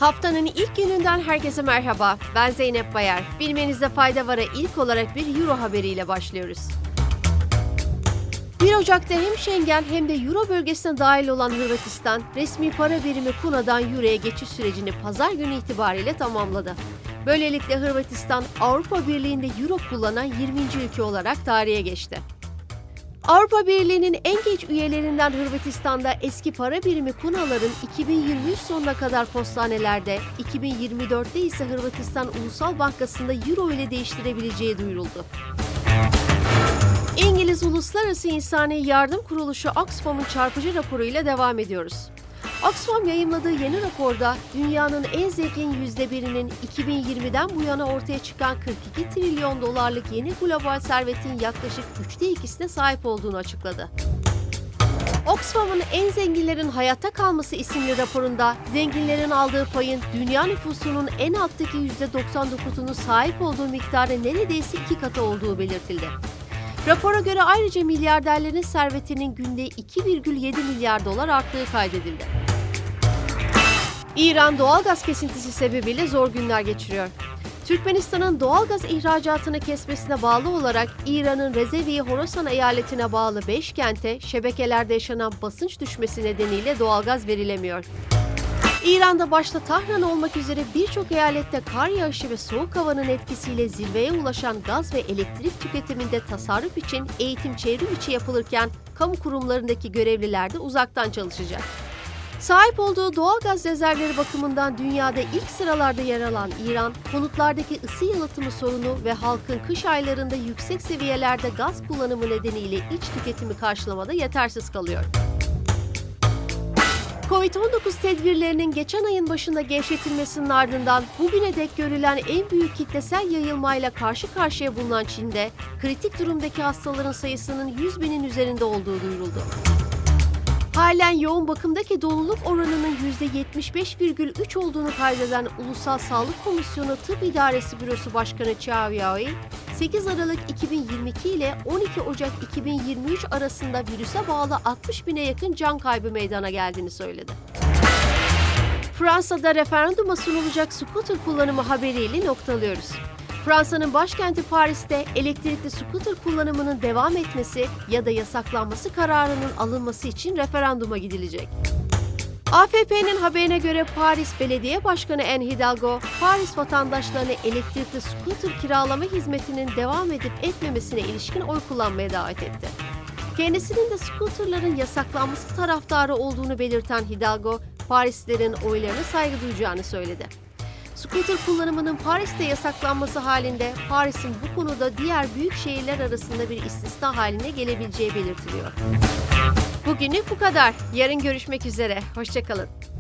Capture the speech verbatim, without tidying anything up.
Haftanın ilk gününden herkese merhaba. Ben Zeynep Bayar. Bilmenizde fayda var'a ilk olarak bir Euro haberiyle başlıyoruz. bir Ocak'ta hem Schengen hem de Euro bölgesine dahil olan Hırvatistan, resmi para birimi Kuna'dan Euro'ya geçiş sürecini pazar günü itibariyle tamamladı. Böylelikle Hırvatistan, Avrupa Birliği'nde Euro kullanan yirminci ülke olarak tarihe geçti. Avrupa Birliği'nin en geç üyelerinden Hırvatistan'da eski para birimi kunaların iki bin yirmi üç sonuna kadar postanelerde, iki bin yirmi dörtte ise Hırvatistan Ulusal Bankası'nda Euro ile değiştirebileceği duyuruldu. İngiliz Uluslararası İnsani Yardım Kuruluşu Oxfam'ın çarpıcı raporuyla devam ediyoruz. Oxfam yayımladığı yeni raporda dünyanın en zengin yüzde birinin iki bin yirmiden bu yana ortaya çıkan kırk iki trilyon dolarlık yeni global servetin yaklaşık üçte ikisine sahip olduğunu açıkladı. Oxfam'ın En Zenginlerin Hayatta Kalması isimli raporunda zenginlerin aldığı payın dünya nüfusunun en alttaki yüzde doksan dokuzunu sahip olduğu miktarı neredeyse iki katı olduğu belirtildi. Rapora göre ayrıca milyarderlerin servetinin günde iki virgül yedi milyar dolar arttığı kaydedildi. İran doğalgaz kesintisi sebebiyle zor günler geçiriyor. Türkmenistan'ın doğalgaz ihracatını kesmesine bağlı olarak İran'ın Rezevi Horasan eyaletine bağlı beş kente şebekelerde yaşanan basınç düşmesi nedeniyle doğalgaz verilemiyor. İran'da başta Tahran olmak üzere birçok eyalette kar yağışı ve soğuk havanın etkisiyle zirveye ulaşan gaz ve elektrik tüketiminde tasarruf için eğitim çevrim içi yapılırken kamu kurumlarındaki görevliler de uzaktan çalışacak. Sahip olduğu doğal gaz rezervleri bakımından dünyada ilk sıralarda yer alan İran, konutlardaki ısı yalıtımı sorunu ve halkın kış aylarında yüksek seviyelerde gaz kullanımı nedeniyle iç tüketimi karşılamada yetersiz kalıyor. Covid on dokuz tedbirlerinin geçen ayın başında gevşetilmesinin ardından bugüne dek görülen en büyük kitlesel yayılmayla karşı karşıya bulunan Çin'de kritik durumdaki hastaların sayısının yüz binin üzerinde olduğu duyuruldu. Halen yoğun bakımdaki doluluk oranının yüzde yetmiş beş virgül üç olduğunu kaydeden Ulusal Sağlık Komisyonu Tıp İdaresi Bürosu Başkanı Chao Yaoi, sekiz Aralık iki bin yirmi iki ile on iki Ocak iki bin yirmi üç arasında virüse bağlı altmış bine yakın can kaybı meydana geldiğini söyledi. Fransa'da referanduma sunulacak scooter kullanımı haberiyle noktalıyoruz. Fransa'nın başkenti Paris'te elektrikli scooter kullanımının devam etmesi ya da yasaklanması kararının alınması için referanduma gidilecek. A F P'nin haberine göre Paris Belediye Başkanı Anne Hidalgo, Paris vatandaşlarını elektrikli scooter kiralama hizmetinin devam edip etmemesine ilişkin oy kullanmaya davet etti. Kendisinin de scooterların yasaklanması taraftarı olduğunu belirten Hidalgo, Parislilerin oylarına saygı duyacağını söyledi. Scooter kullanımının Paris'te yasaklanması halinde Paris'in bu konuda diğer büyük şehirler arasında bir istisna haline gelebileceği belirtiliyor. Bugünlük bu kadar. Yarın görüşmek üzere. Hoşça kalın.